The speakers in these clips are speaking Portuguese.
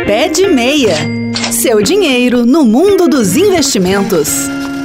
Pé de Meia. Seu dinheiro no mundo dos investimentos.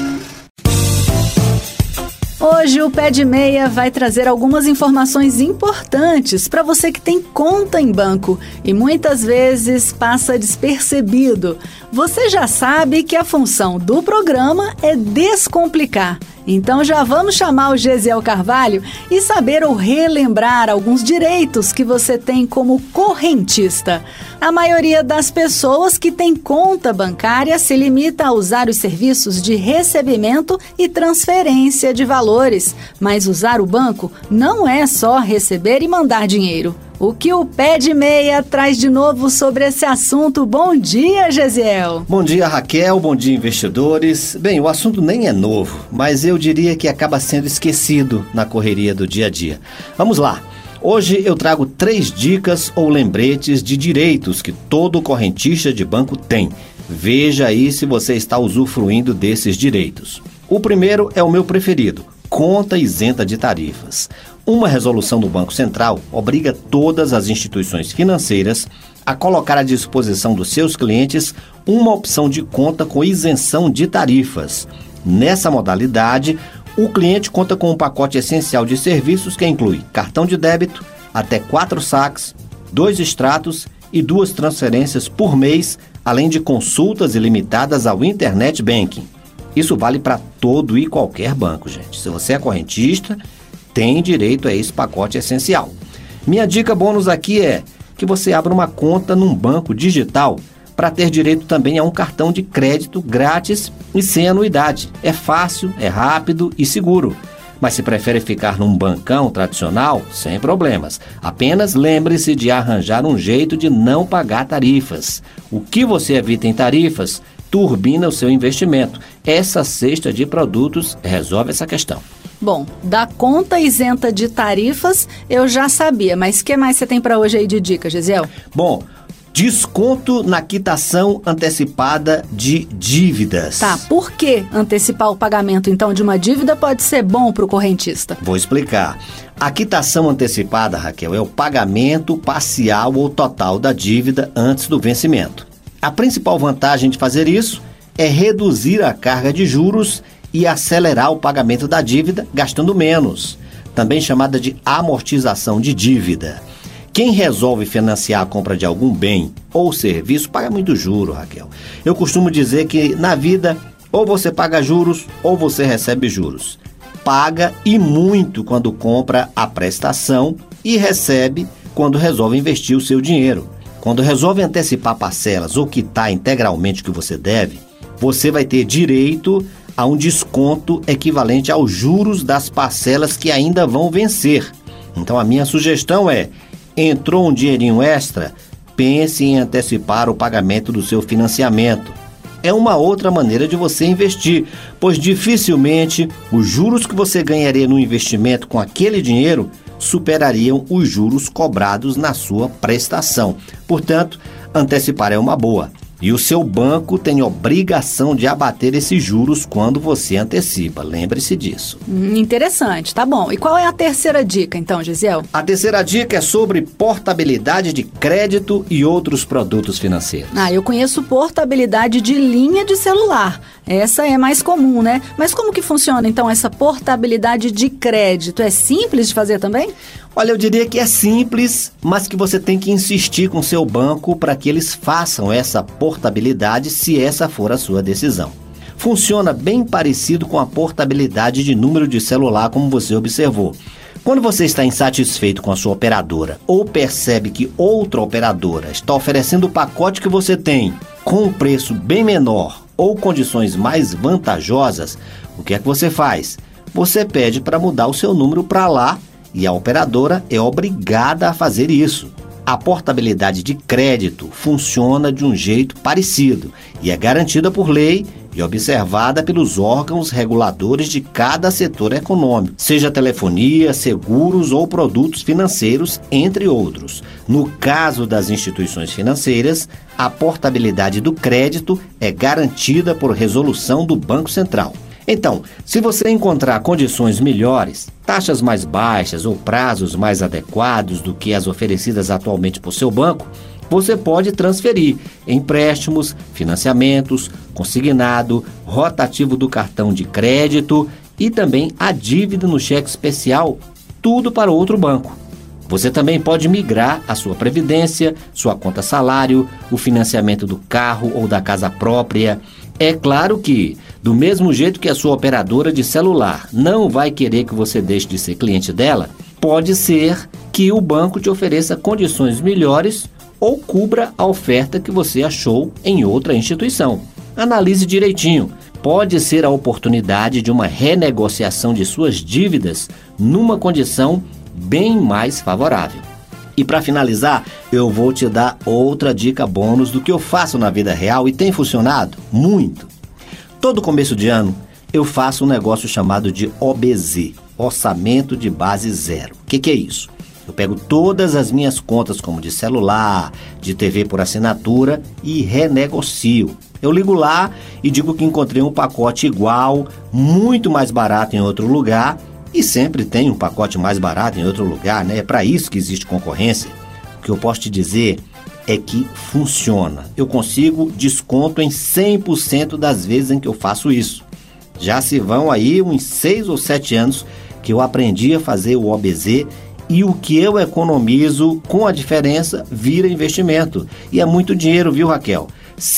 Hoje o Pé de Meia vai trazer algumas informações importantes para você que tem conta em banco e muitas vezes passa despercebido. Você já sabe que a função do programa é descomplicar. Então já vamos chamar o Gesiel Carvalho e saber ou relembrar alguns direitos que você tem como correntista. A maioria das pessoas que tem conta bancária se limita a usar os serviços de recebimento e transferência de valores, mas usar o banco não é só receber e mandar dinheiro. O que o Pé de Meia traz de novo sobre esse assunto? Bom dia, Gesiel! Bom dia, Raquel. Bom dia, investidores. Bem, o assunto nem é novo, mas eu diria que acaba sendo esquecido na correria do dia a dia. Vamos lá! Hoje eu trago 3 dicas ou lembretes de direitos que todo correntista de banco tem. Veja aí se você está usufruindo desses direitos. O primeiro é o meu preferido: conta isenta de tarifas. Uma resolução do Banco Central obriga todas as instituições financeiras a colocar à disposição dos seus clientes uma opção de conta com isenção de tarifas. Nessa modalidade, o cliente conta com um pacote essencial de serviços que inclui cartão de débito, até 4 saques, 2 extratos e 2 transferências por mês, além de consultas ilimitadas ao Internet Banking. Isso vale para todo e qualquer banco, gente. Se você é correntista, tem direito a esse pacote essencial. Minha dica bônus aqui é que você abra uma conta num banco digital para ter direito também a um cartão de crédito grátis e sem anuidade. É fácil, é rápido e seguro. Mas se prefere ficar num bancão tradicional, sem problemas. Apenas lembre-se de arranjar um jeito de não pagar tarifas. O que você evita em tarifas turbina o seu investimento. Essa cesta de produtos resolve essa questão. Bom, da conta isenta de tarifas eu já sabia, mas o que mais você tem para hoje aí de dica, Gesiel? Bom, desconto na quitação antecipada de dívidas. Tá, por que antecipar o pagamento então de uma dívida pode ser bom para o correntista? Vou explicar. A quitação antecipada, Raquel, é o pagamento parcial ou total da dívida antes do vencimento. A principal vantagem de fazer isso é reduzir a carga de juros e acelerar o pagamento da dívida gastando menos, também chamada de amortização de dívida. Quem resolve financiar a compra de algum bem ou serviço paga muito juro, Raquel. Eu costumo dizer que na vida ou você paga juros ou você recebe juros. Paga e muito quando compra a prestação e recebe quando resolve investir o seu dinheiro. Quando resolve antecipar parcelas ou quitar integralmente o que você deve, você vai ter direito a um desconto equivalente aos juros das parcelas que ainda vão vencer. Então a minha sugestão é: entrou um dinheirinho extra, pense em antecipar o pagamento do seu financiamento. É uma outra maneira de você investir, pois dificilmente os juros que você ganharia no investimento com aquele dinheiro superariam os juros cobrados na sua prestação. Portanto, antecipar é uma boa. E o seu banco tem obrigação de abater esses juros quando você antecipa. Lembre-se disso. Interessante, tá bom. E qual é a terceira dica, então, Gesiel? A terceira dica é sobre portabilidade de crédito e outros produtos financeiros. Eu conheço portabilidade de linha de celular. Essa é mais comum, né? Mas como que funciona, então, essa portabilidade de crédito? É simples de fazer também? Olha, eu diria que é simples, mas que você tem que insistir com seu banco para que eles façam essa portabilidade, se essa for a sua decisão. Funciona bem parecido com a portabilidade de número de celular, como você observou. Quando você está insatisfeito com a sua operadora ou percebe que outra operadora está oferecendo o pacote que você tem com um preço bem menor ou condições mais vantajosas, o que é que você faz? Você pede para mudar o seu número para lá e a operadora é obrigada a fazer isso. A portabilidade de crédito funciona de um jeito parecido e é garantida por lei e observada pelos órgãos reguladores de cada setor econômico, seja telefonia, seguros ou produtos financeiros, entre outros. No caso das instituições financeiras, a portabilidade do crédito é garantida por resolução do Banco Central. Então, se você encontrar condições melhores, taxas mais baixas ou prazos mais adequados do que as oferecidas atualmente por seu banco, você pode transferir empréstimos, financiamentos, consignado, rotativo do cartão de crédito e também a dívida no cheque especial, tudo para outro banco. Você também pode migrar a sua previdência, sua conta salário, o financiamento do carro ou da casa própria. É claro que, do mesmo jeito que a sua operadora de celular não vai querer que você deixe de ser cliente dela, pode ser que o banco te ofereça condições melhores ou cubra a oferta que você achou em outra instituição. Analise direitinho. Pode ser a oportunidade de uma renegociação de suas dívidas numa condição bem mais favorável. E para finalizar, eu vou te dar outra dica bônus do que eu faço na vida real e tem funcionado muito. Todo começo de ano eu faço um negócio chamado de OBZ, Orçamento de Base Zero. O que é isso? Eu pego todas as minhas contas, como de celular, de TV por assinatura, e renegocio. Eu ligo lá e digo que encontrei um pacote igual, muito mais barato em outro lugar, e sempre tem um pacote mais barato em outro lugar, né? É para isso que existe concorrência. O que eu posso te dizer é que funciona. Eu consigo desconto em 100% das vezes em que eu faço isso. Já se vão aí uns 6 ou 7 anos que eu aprendi a fazer o OBZ, e o que eu economizo com a diferença vira investimento. E é muito dinheiro, viu, Raquel?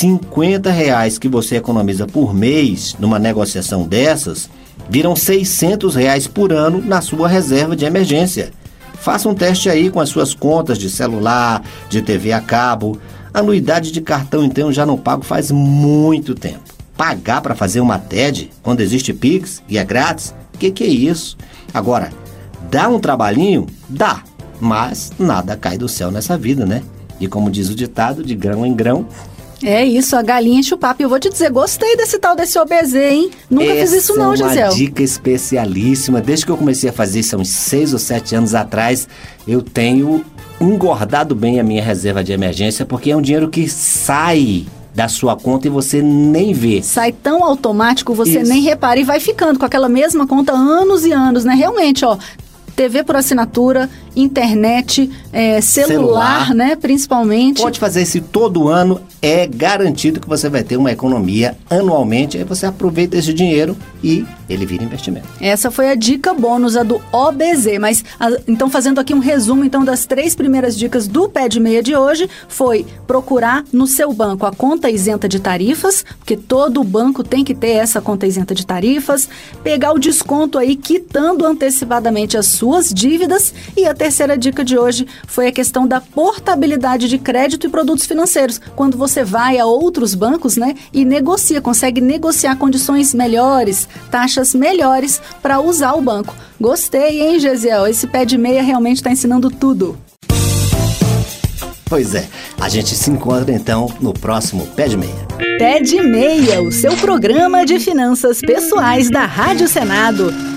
R$50 que você economiza por mês numa negociação dessas, viram R$600 por ano na sua reserva de emergência. Faça um teste aí com as suas contas de celular, de TV a cabo. Anuidade de cartão, então, eu já não pago faz muito tempo. Pagar para fazer uma TED quando existe Pix e é grátis? Que é isso? Agora, dá um trabalhinho? Dá, mas nada cai do céu nessa vida, né? E como diz o ditado, de grão em grão. É isso, a galinha enche o papo. E eu vou te dizer, gostei desse tal desse OBZ, hein? Nunca fiz isso não, Gisele. É uma dica especialíssima. Desde que eu comecei a fazer isso há uns 6 ou 7 anos atrás, eu tenho engordado bem a minha reserva de emergência, porque é um dinheiro que sai da sua conta e você nem vê. Sai tão automático, você nem repara e vai ficando com aquela mesma conta anos e anos, né? Realmente, ó, TV por assinatura, internet, celular, né, principalmente. Pode fazer isso todo ano, é garantido que você vai ter uma economia anualmente, aí você aproveita esse dinheiro e ele vira investimento. Essa foi a dica bônus, a do OBZ, mas então fazendo aqui um resumo então das 3 primeiras dicas do Pé de Meia de hoje, foi procurar no seu banco a conta isenta de tarifas, porque todo banco tem que ter essa conta isenta de tarifas, pegar o desconto aí quitando antecipadamente as suas dívidas, e a terceira dica de hoje foi a questão da portabilidade de crédito e produtos financeiros. Quando você vai a outros bancos, né, e consegue negociar condições melhores, taxas melhores para usar o banco. Gostei, hein, Gesiel? Esse Pé de Meia realmente está ensinando tudo. Pois é, a gente se encontra então no próximo Pé de Meia. Pé de Meia, o seu programa de finanças pessoais da Rádio Senado.